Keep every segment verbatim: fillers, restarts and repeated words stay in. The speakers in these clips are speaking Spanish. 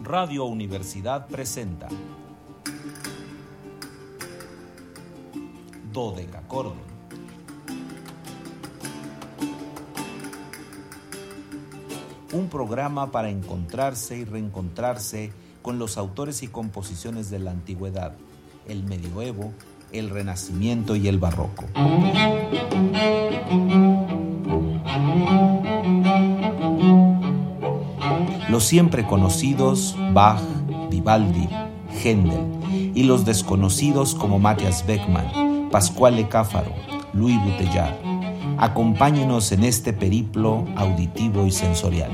Radio Universidad presenta Dodecacorde. Un programa para encontrarse y reencontrarse con los autores y composiciones de la antigüedad, el medioevo, el renacimiento y el barroco. Los siempre conocidos Bach, Vivaldi, Händel y los desconocidos como Matthias Beckmann, Pasquale Cáfaro, Louis Bouteillard. Acompáñenos en este periplo auditivo y sensorial.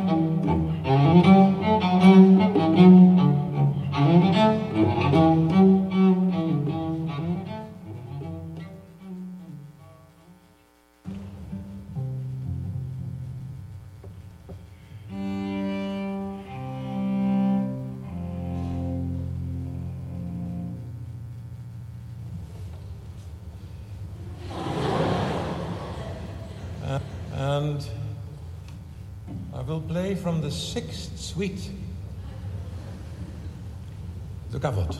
And I will play from the sixth suite, the Gavotte.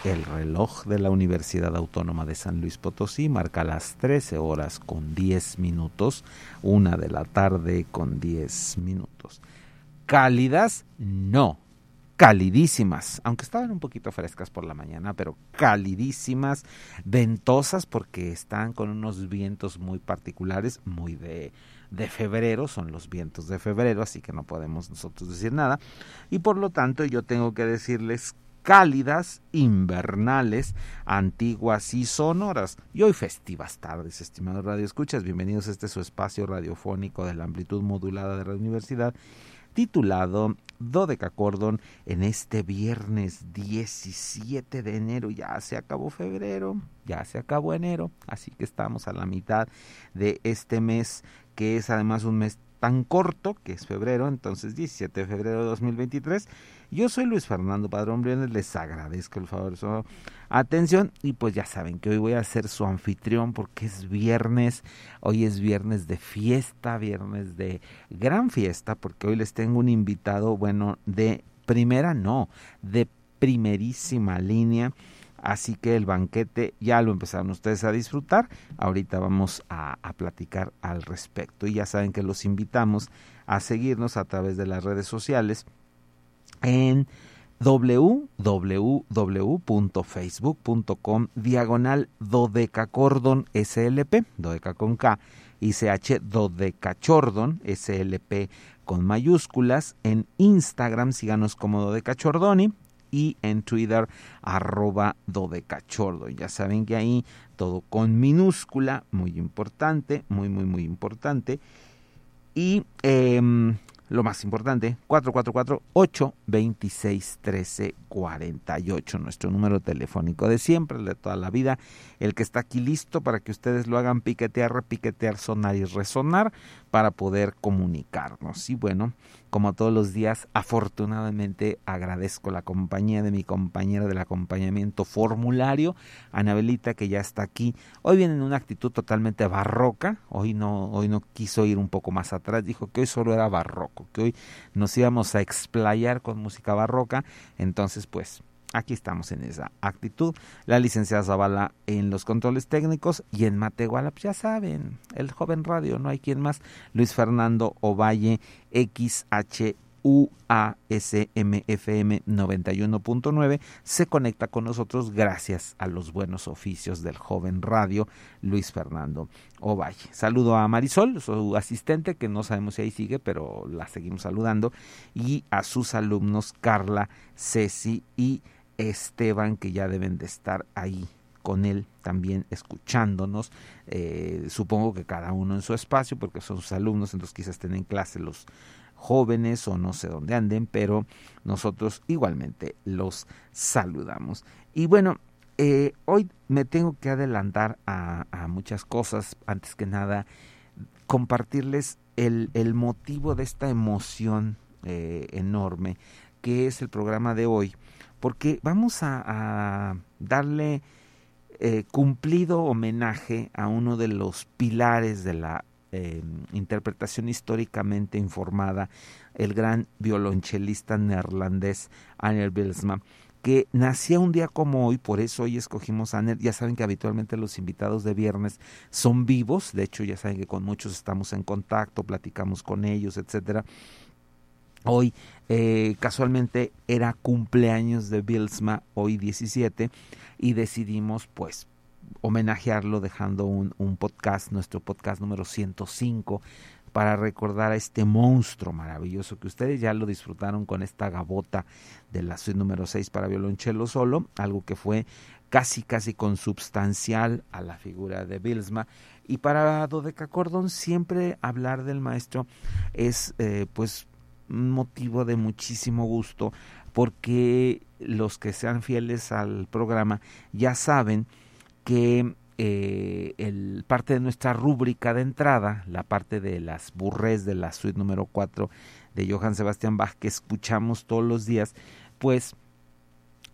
el reloj de la Universidad Autónoma de San Luis Potosí marca las trece horas con diez minutos, una de la tarde con diez minutos. Cálidas, no, calidísimas, aunque estaban un poquito frescas por la mañana, pero calidísimas, ventosas porque están con unos vientos muy particulares, muy de, de febrero, son los vientos de febrero, así que no podemos nosotros decir nada, y por lo tanto yo tengo que decirles cálidas, invernales, antiguas y sonoras. Y hoy festivas tardes, estimados radioescuchas. Bienvenidos a este su espacio radiofónico de la amplitud modulada de la universidad, titulado Dodecacordon, en este viernes diecisiete de enero. Ya se acabó febrero, ya se acabó enero, así que estamos a la mitad de este mes, que es además un mes tan corto, que es febrero, entonces diecisiete de febrero de dos mil veintitrés. Yo soy Luis Fernando Padrón Briones, les agradezco el favor de su atención y pues ya saben que hoy voy a ser su anfitrión porque es viernes, hoy es viernes de fiesta, viernes de gran fiesta, porque hoy les tengo un invitado, bueno, de primera no, de primerísima línea. Así que el banquete ya lo empezaron ustedes a disfrutar. Ahorita vamos a, a platicar al respecto. Y ya saben que los invitamos a seguirnos a través de las redes sociales en doble u doble u doble u punto facebook punto com diagonal Dodecacordon S L P, Dodeca con K y C H, Dodecachordon S L P con mayúsculas. En Instagram síganos como Dodecachordoni y en Twitter arroba Dodecachordon. Ya saben que ahí todo con minúscula, muy importante, muy muy muy importante. Y eh, lo más importante, cuatro cuatro cuatro, ocho dos seis, uno tres cuatro ocho, nuestro número telefónico de siempre, el de toda la vida, el que está aquí listo para que ustedes lo hagan piquetear, repiquetear, sonar y resonar para poder comunicarnos. Y bueno, como todos los días, afortunadamente agradezco la compañía de mi compañera del acompañamiento formulario, Anabelita, que ya está aquí. Hoy viene en una actitud totalmente barroca, hoy no, hoy no quiso ir un poco más atrás, dijo que hoy solo era barroco, que hoy nos íbamos a explayar con música barroca, entonces pues aquí estamos en esa actitud. La licenciada Zavala en los controles técnicos y en Matehuala, pues ya saben, el joven radio, no hay quien más, Luis Fernando Ovalle, X H U A S M F M noventa y uno punto nueve, se conecta con nosotros gracias a los buenos oficios del joven radio Luis Fernando Ovalle. Saludo a Marisol, su asistente, que no sabemos si ahí sigue, pero la seguimos saludando, y a sus alumnos Carla, Ceci y Esteban, que ya deben de estar ahí con él también escuchándonos, eh, supongo que cada uno en su espacio porque son sus alumnos, entonces quizás estén en clase los jóvenes o no sé dónde anden, pero nosotros igualmente los saludamos. Y bueno, eh, hoy me tengo que adelantar a, a muchas cosas. Antes que nada, compartirles el, el motivo de esta emoción eh, enorme que es el programa de hoy, porque vamos a, a darle eh, cumplido homenaje a uno de los pilares de la eh, interpretación históricamente informada, el gran violonchelista neerlandés Aner Bylsma, que nacía un día como hoy, por eso hoy escogimos a Aner. Ya saben que habitualmente los invitados de viernes son vivos, de hecho ya saben que con muchos estamos en contacto, platicamos con ellos, etcétera. Hoy eh, casualmente era cumpleaños de Bylsma, hoy diecisiete, y decidimos pues homenajearlo dejando un, un podcast, nuestro podcast número ciento cinco, para recordar a este monstruo maravilloso que ustedes ya lo disfrutaron con esta gavota de la suite número seis para violonchelo solo, algo que fue casi casi consubstancial a la figura de Bylsma. Y para Dodecacordon siempre hablar del maestro es eh, pues un motivo de muchísimo gusto, porque los que sean fieles al programa ya saben que eh, el parte de nuestra rúbrica de entrada, la parte de las burrés de la suite número cuatro de Johann Sebastian Bach, que escuchamos todos los días, pues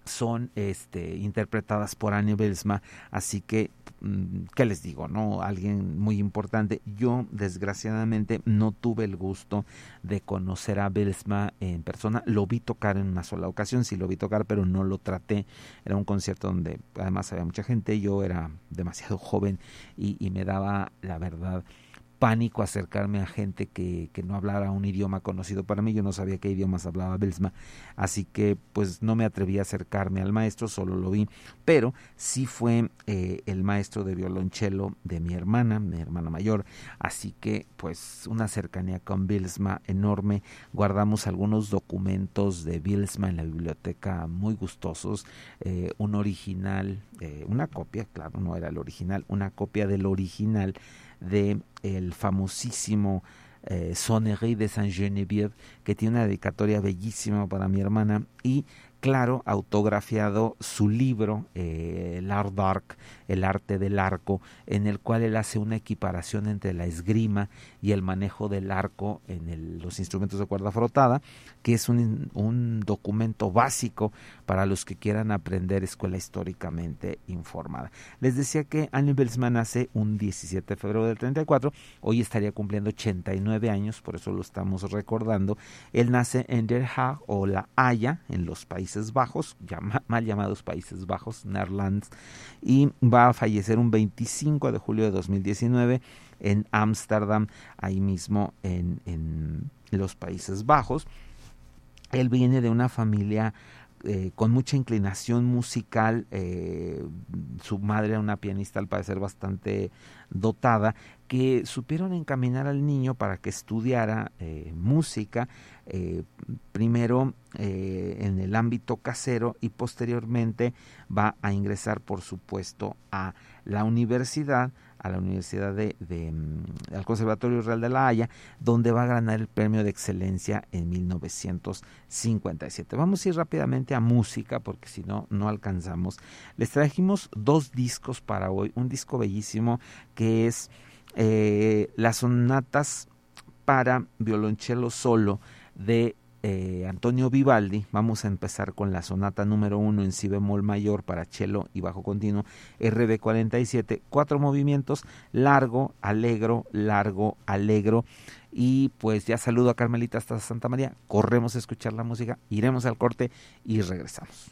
son este, interpretadas por Annie Bylsma, así que, ¿qué les digo? ¿No? Alguien muy importante. Yo, desgraciadamente, no tuve el gusto de conocer a Bylsma en persona. Lo vi tocar en una sola ocasión, sí lo vi tocar, pero no lo traté. Era un concierto donde además había mucha gente, yo era demasiado joven y, y me daba, la verdad, pánico acercarme a gente que, que no hablara un idioma conocido para mí. Yo no sabía qué idiomas hablaba Bylsma, así que pues no me atreví a acercarme al maestro, solo lo vi, pero sí fue eh, el maestro de violonchelo de mi hermana, mi hermana mayor, así que pues una cercanía con Bylsma enorme. Guardamos algunos documentos de Bylsma en la biblioteca muy gustosos, eh, un original, eh, una copia, claro, no era el original, una copia del original de el famosísimo eh, Sonnerie de Sainte-Geneviève, que tiene una dedicatoria bellísima para mi hermana, y claro, autografiado su libro, eh, L'Art d'Arc, el arte del arco, en el cual él hace una equiparación entre la esgrima y el manejo del arco en el, los instrumentos de cuerda frotada, que es un, un documento básico para los que quieran aprender escuela históricamente informada. Les decía que Annie Bylsma nace un diecisiete de febrero del treinta y cuatro, hoy estaría cumpliendo ochenta y nueve años, por eso lo estamos recordando. Él nace en Den Haag o La Haya, en los Países Bajos, llama, mal llamados Países Bajos, Netherlands, y va a fallecer un veinticinco de julio de dos mil diecinueve en Ámsterdam, ahí mismo en, en los Países Bajos. Él viene de una familia eh, con mucha inclinación musical, eh, su madre era una pianista al parecer bastante dotada, que supieron encaminar al niño para que estudiara eh, música, eh, primero eh, en el ámbito casero y posteriormente va a ingresar, por supuesto, a la universidad, a la Universidad de, de al Conservatorio Real de La Haya, donde va a ganar el premio de excelencia en mil novecientos cincuenta y siete. Vamos a ir rápidamente a música, porque si no, no alcanzamos. Les trajimos dos discos para hoy, un disco bellísimo que es eh, las sonatas para violonchelo solo de Eh, Antonio Vivaldi. Vamos a empezar con la sonata número uno en si bemol mayor para cello y bajo continuo, R B cuarenta y siete, cuatro movimientos, largo, alegro, largo, alegro. Y pues ya saludo a Carmelita hasta Santa María, corremos a escuchar la música, iremos al corte y regresamos.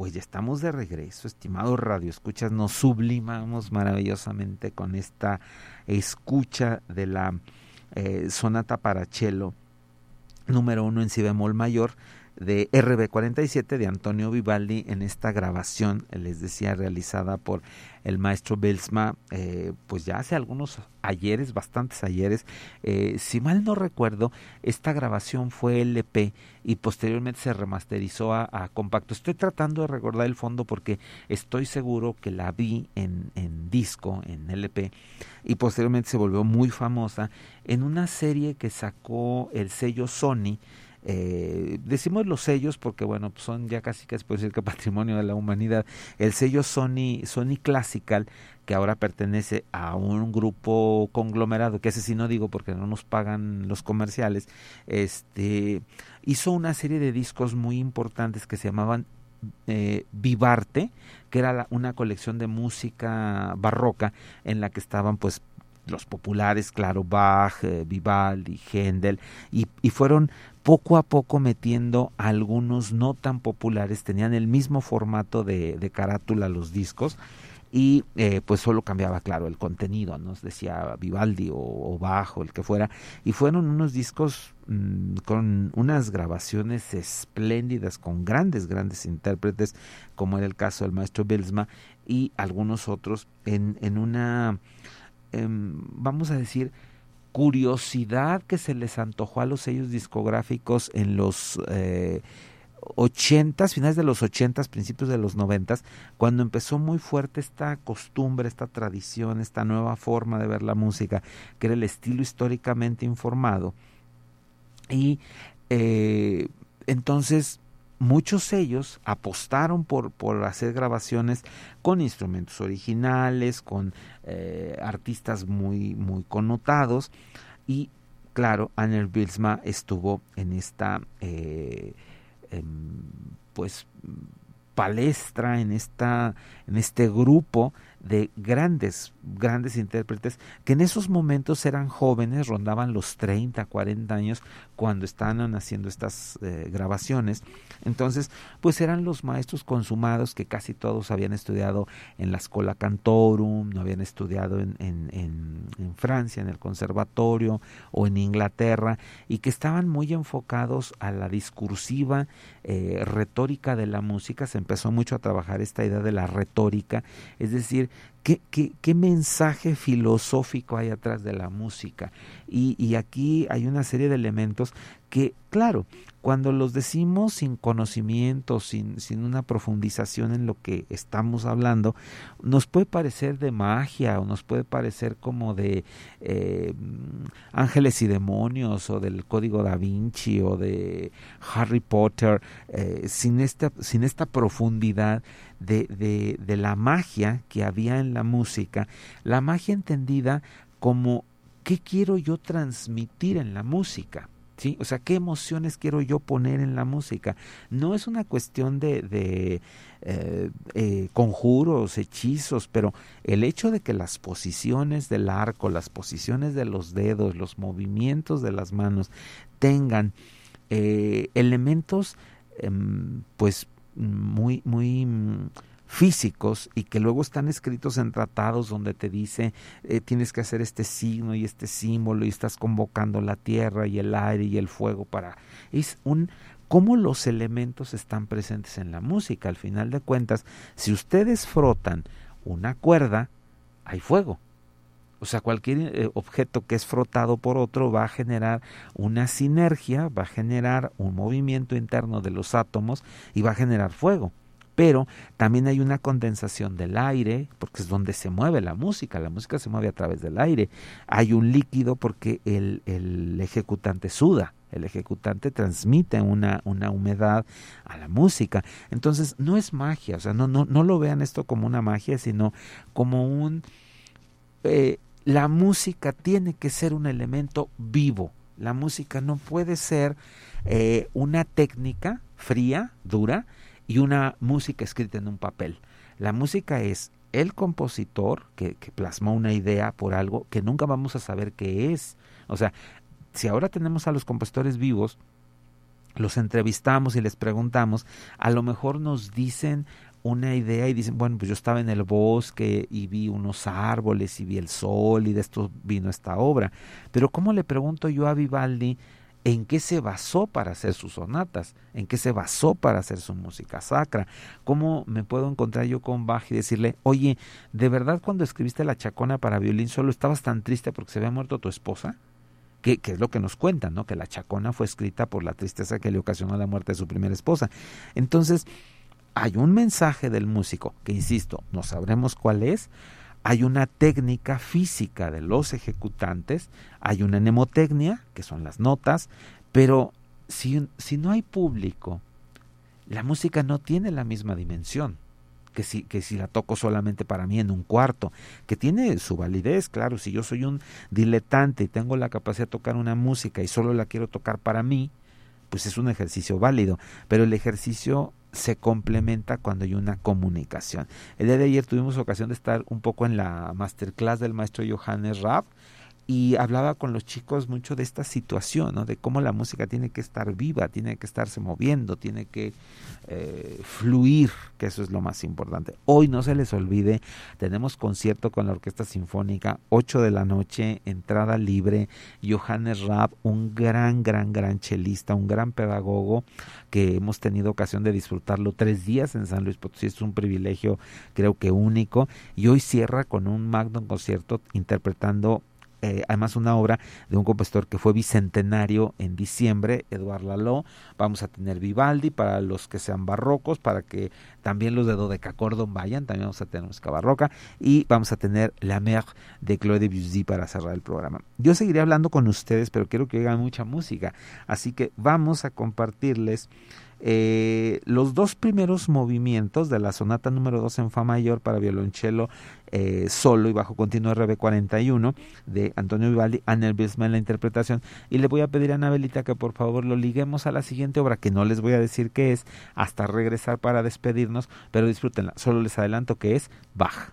pues ya estamos de regreso, estimados radioescuchas, nos sublimamos maravillosamente con esta escucha de la eh, sonata para cello número uno en si bemol mayor de R B cuarenta y siete de Antonio Vivaldi, en esta grabación, les decía, realizada por el maestro Bylsma, eh, pues ya hace algunos ayeres, bastantes ayeres. Eh, si mal no recuerdo, esta grabación fue L P y posteriormente se remasterizó a, a compacto. Estoy tratando de recordar el fondo porque estoy seguro que la vi en, en disco, en L P, y posteriormente se volvió muy famosa en una serie que sacó el sello Sony. Eh, decimos los sellos porque bueno, pues son ya casi que se puede decir que patrimonio de la humanidad. El sello Sony, Sony Classical, que ahora pertenece a un grupo conglomerado, que ese sí no digo porque no nos pagan los comerciales, este hizo una serie de discos muy importantes que se llamaban eh, Vivarte, que era la, una colección de música barroca en la que estaban pues los populares, claro, Bach, eh, Vivaldi, Händel, y, y fueron poco a poco metiendo a algunos no tan populares. Tenían el mismo formato de, de carátula los discos, y eh, pues solo cambiaba, claro, el contenido, nos decía Vivaldi o, o Bach o el que fuera, y fueron unos discos mmm, con unas grabaciones espléndidas, con grandes, grandes intérpretes, como era el caso del maestro Bylsma y algunos otros, en, en una... Eh, vamos a decir, curiosidad que se les antojó a los sellos discográficos en los eh, ochentas, finales de los ochentas, principios de los noventas, cuando empezó muy fuerte esta costumbre, esta tradición, esta nueva forma de ver la música, que era el estilo históricamente informado. Y eh, entonces muchos sellos apostaron por, por hacer grabaciones con instrumentos originales, con eh, artistas muy, muy connotados, y claro, Aner Bylsma estuvo en esta eh, eh, pues palestra, en esta, en este grupo de grandes, grandes intérpretes que en esos momentos eran jóvenes, rondaban los treinta, cuarenta años cuando estaban haciendo estas eh, grabaciones. Entonces, pues eran los maestros consumados que casi todos habían estudiado en la Schola Cantorum, no habían estudiado en, en, en, en Francia, en el conservatorio o en Inglaterra, y que estaban muy enfocados a la discursiva eh, retórica de la música. Se empezó mucho a trabajar esta idea de la retórica, es decir, ¿Qué, qué, qué mensaje filosófico hay atrás de la música? Y, y aquí hay una serie de elementos que, claro, cuando los decimos sin conocimiento, sin, sin una profundización en lo que estamos hablando, nos puede parecer de magia, o nos puede parecer como de eh, ángeles y demonios, o del Código Da Vinci, o de Harry Potter, eh, sin esta, sin esta profundidad de, de, de la magia que había en la música, la magia entendida como ¿qué quiero yo transmitir en la música? ¿Sí? O sea, ¿qué emociones quiero yo poner en la música? No es una cuestión de, de eh, eh, conjuros, hechizos, pero el hecho de que las posiciones del arco, las posiciones de los dedos, los movimientos de las manos tengan eh, elementos eh, pues muy, muy físicos, y que luego están escritos en tratados donde te dice eh, tienes que hacer este signo y este símbolo, y estás convocando la tierra y el aire y el fuego para... Es un... cómo los elementos están presentes en la música. Al final de cuentas, si ustedes frotan una cuerda, hay fuego. O sea, cualquier eh, objeto que es frotado por otro va a generar una sinergia, va a generar un movimiento interno de los átomos y va a generar fuego. Pero también hay una condensación del aire, porque es donde se mueve la música. La música se mueve a través del aire. Hay un líquido porque el, el ejecutante suda. El ejecutante transmite una, una humedad a la música. Entonces, no es magia. O sea, no, no, no lo vean esto como una magia, sino como un... Eh, la música tiene que ser un elemento vivo. La música no puede ser eh, una técnica fría, dura, y una música escrita en un papel. La música es el compositor que, que plasmó una idea por algo que nunca vamos a saber qué es. O sea, si ahora tenemos a los compositores vivos, los entrevistamos y les preguntamos, a lo mejor nos dicen una idea y dicen, bueno, pues yo estaba en el bosque y vi unos árboles y vi el sol y de esto vino esta obra. Pero ¿cómo le pregunto yo a Vivaldi en qué se basó para hacer sus sonatas? ¿En qué se basó para hacer su música sacra? ¿Cómo me puedo encontrar yo con Bach y decirle, oye, ¿de verdad cuando escribiste la Chacona para violín solo estabas tan triste porque se había muerto tu esposa? Que, que es lo que nos cuentan, ¿no? Que la Chacona fue escrita por la tristeza que le ocasionó la muerte de su primera esposa. Entonces, hay un mensaje del músico, que insisto, no sabremos cuál es, hay una técnica física de los ejecutantes, hay una mnemotecnia, que son las notas, pero si, si no hay público, la música no tiene la misma dimensión que si, que si la toco solamente para mí en un cuarto, que tiene su validez, claro. Si yo soy un diletante y tengo la capacidad de tocar una música y solo la quiero tocar para mí, pues es un ejercicio válido, pero el ejercicio se complementa cuando hay una comunicación. El día de ayer tuvimos ocasión de estar un poco en la masterclass del maestro Johannes Raab, y hablaba con los chicos mucho de esta situación, ¿no? De cómo la música tiene que estar viva, tiene que estarse moviendo, tiene que eh, fluir, que eso es lo más importante. Hoy no se les olvide, tenemos concierto con la Orquesta Sinfónica, ocho de la noche, entrada libre. Johannes Raab, un gran, gran, gran chelista, un gran pedagogo, que hemos tenido ocasión de disfrutarlo tres días en San Luis Potosí. Es un privilegio, creo que único, y hoy cierra con un magno concierto interpretando Eh, además una obra de un compositor que fue bicentenario en diciembre, Edouard Lalo. Vamos a tener Vivaldi para los que sean barrocos, para que también los de dodecacordón vayan, también vamos a tener música barroca, y vamos a tener La Mer de Claude Debussy para cerrar el programa. Yo seguiré hablando con ustedes, pero quiero que oigan mucha música, así que vamos a compartirles Eh, los dos primeros movimientos de la sonata número dos en fa mayor para violonchelo eh, solo y bajo continuo R B cuarenta y uno de Antonio Vivaldi, Anel Bisma en la interpretación, y le voy a pedir a Anabelita que por favor lo liguemos a la siguiente obra, que no les voy a decir qué es hasta regresar para despedirnos, pero disfrútenla. Solo les adelanto que es Bach.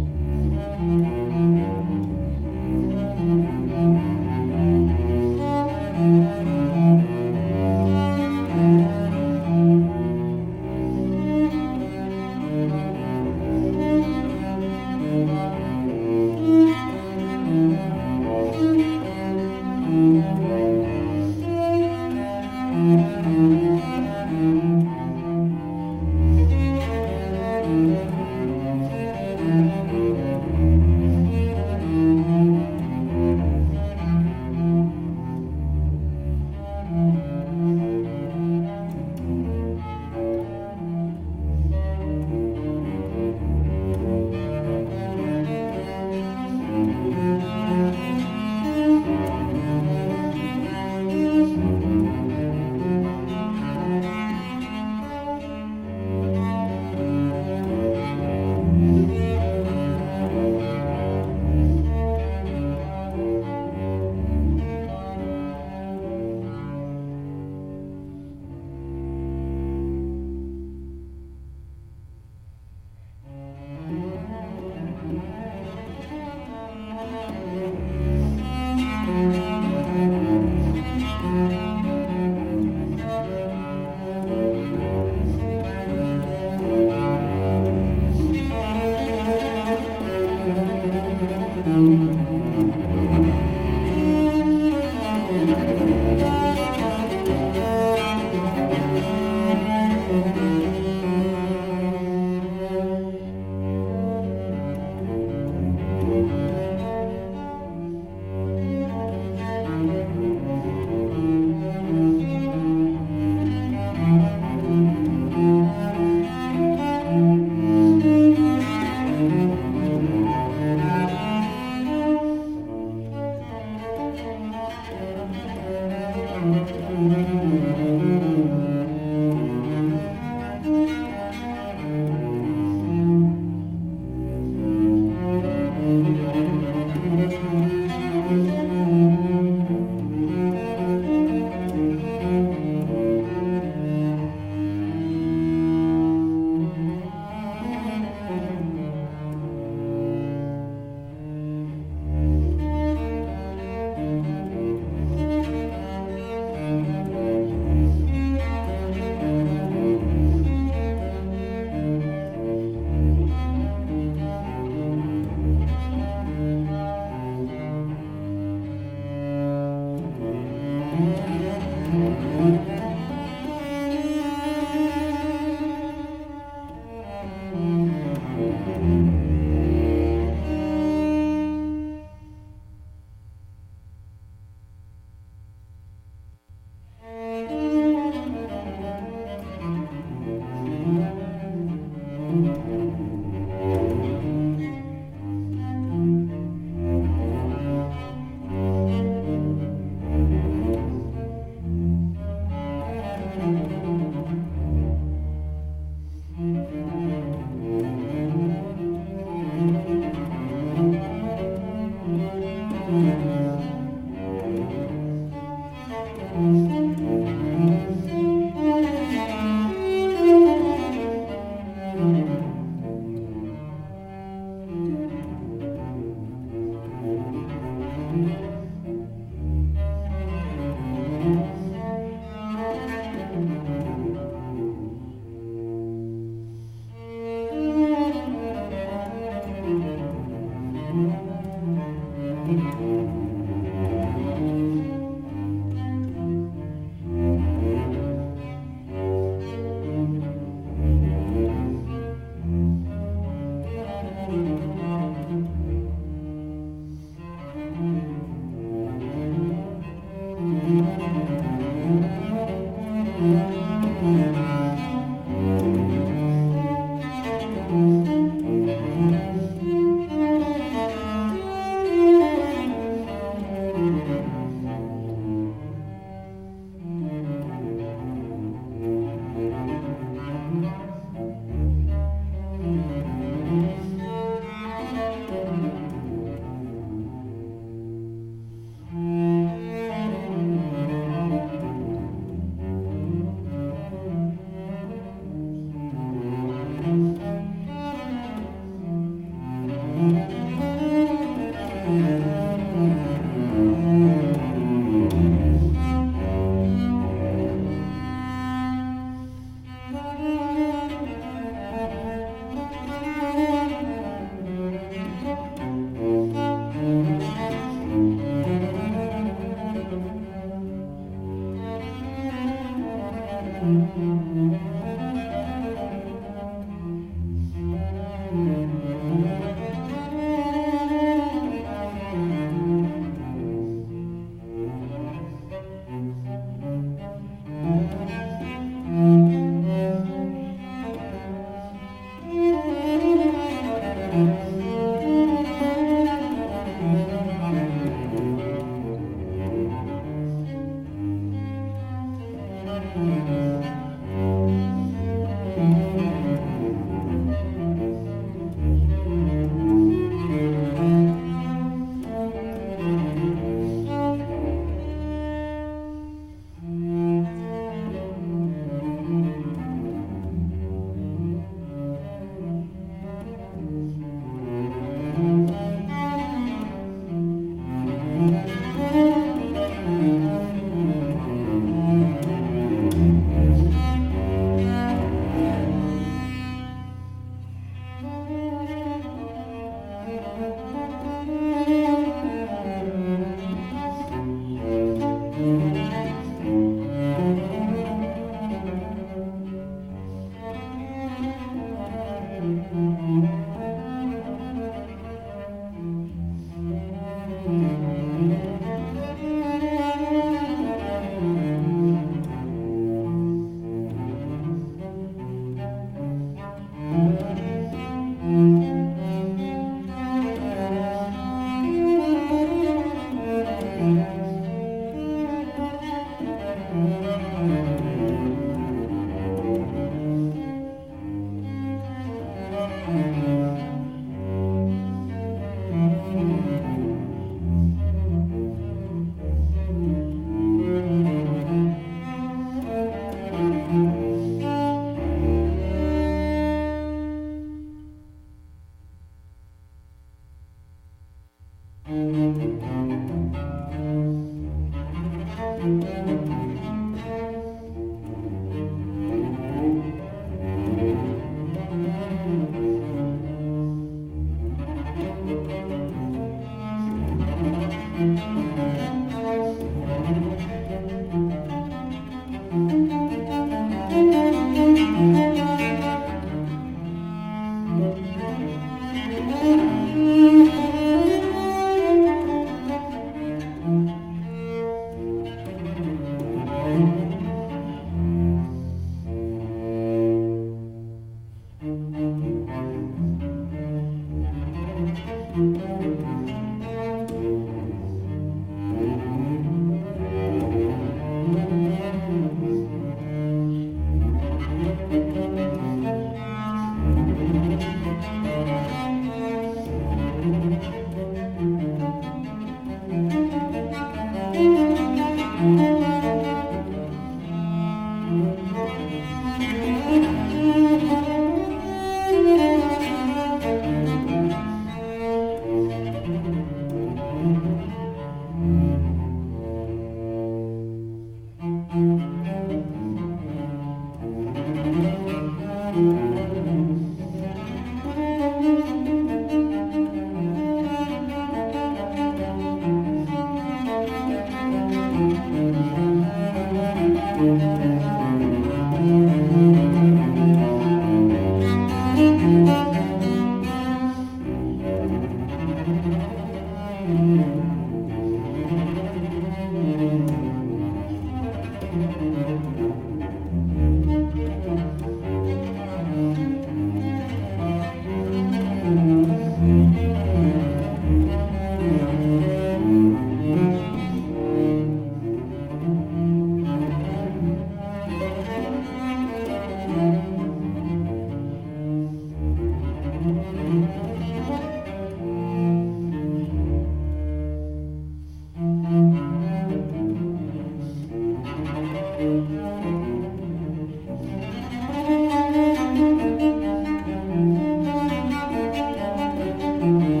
Thank you.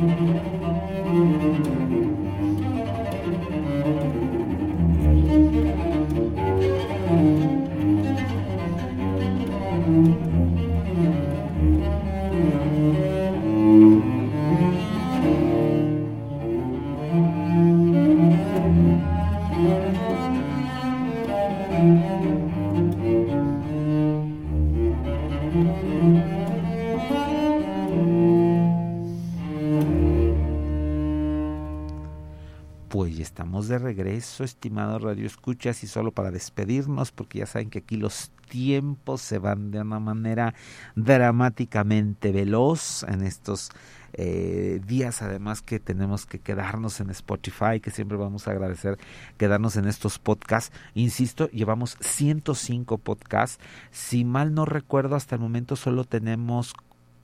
Pues ya estamos de regreso, estimados radioescuchas, y solo para despedirnos, porque ya saben que aquí los tiempos se van de una manera dramáticamente veloz en estos eh, días, además que tenemos que quedarnos en Spotify, que siempre vamos a agradecer quedarnos en estos podcasts. Insisto, llevamos ciento cinco podcasts, si mal no recuerdo, hasta el momento solo tenemos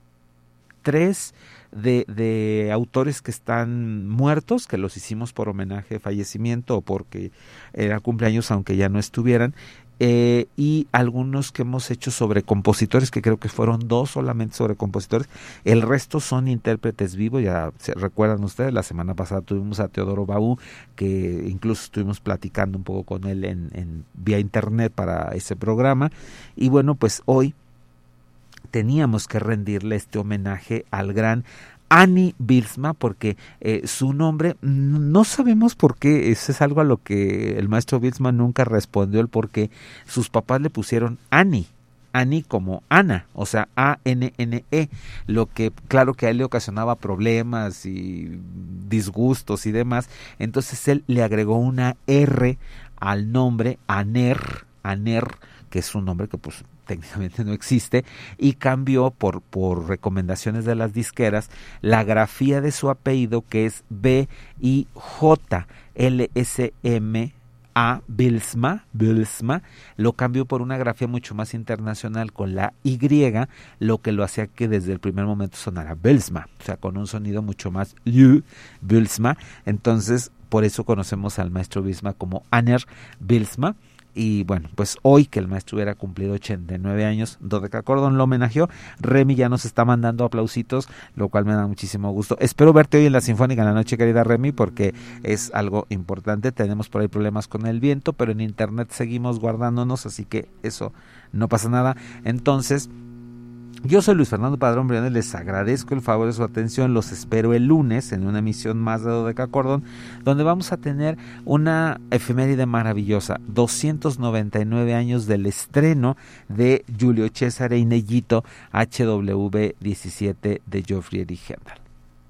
tres de, de autores que están muertos, que los hicimos por homenaje, fallecimiento o porque era cumpleaños aunque ya no estuvieran, eh, y algunos que hemos hecho sobre compositores, que creo que fueron dos solamente sobre compositores. El resto son intérpretes vivos. Ya se recuerdan ustedes, la semana pasada tuvimos a Teodoro Baú, que incluso estuvimos platicando un poco con él en, en vía internet para ese programa. Y bueno, pues hoy teníamos que rendirle este homenaje al gran Annie Bylsma, porque eh, su nombre, no sabemos por qué, eso es algo a lo que el maestro Bylsma nunca respondió, el por qué sus papás le pusieron Annie, Annie como Ana, o sea, A N N E, lo que claro que a él le ocasionaba problemas y disgustos y demás, entonces él le agregó una R al nombre, Aner, Aner, que es un nombre que pues técnicamente no existe, y cambió por, por recomendaciones de las disqueras la grafía de su apellido, que es B I J L S M A, Bylsma, Bylsma, lo cambió por una grafía mucho más internacional con la Y, lo que lo hacía que desde el primer momento sonara Bylsma, o sea, con un sonido mucho más U, Bylsma. Entonces, por eso conocemos al maestro Bylsma como Aner Bylsma. Y bueno, pues hoy que el maestro hubiera cumplido ochenta y nueve años, Dodecacordon lo homenajeó. Remy ya nos está mandando aplausitos, lo cual me da muchísimo gusto. Espero verte hoy en la Sinfónica en la noche, querida Remy, porque es algo importante. Tenemos por ahí problemas con el viento, pero en internet seguimos guardándonos, así que eso no pasa nada. Entonces, yo soy Luis Fernando Padrón Briones, les agradezco el favor de su atención, los espero el lunes en una emisión más de Dodecacordon, donde vamos a tener una efeméride maravillosa, doscientos noventa y nueve años del estreno de Giulio Cesare Inellito H W diecisiete de Geoffrey Händel.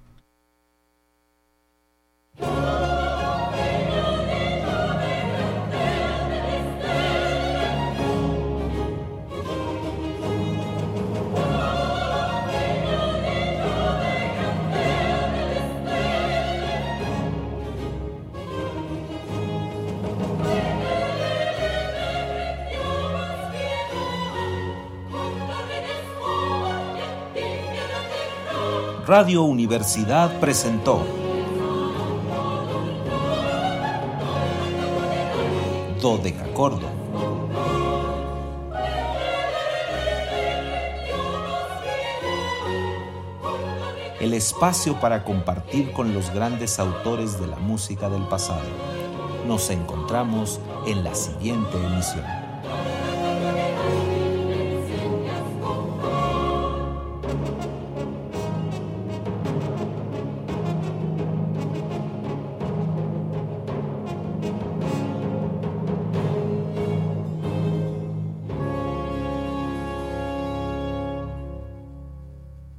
Radio Universidad presentó Dodecacordon, el espacio para compartir con los grandes autores de la música del pasado. Nos encontramos en la siguiente emisión.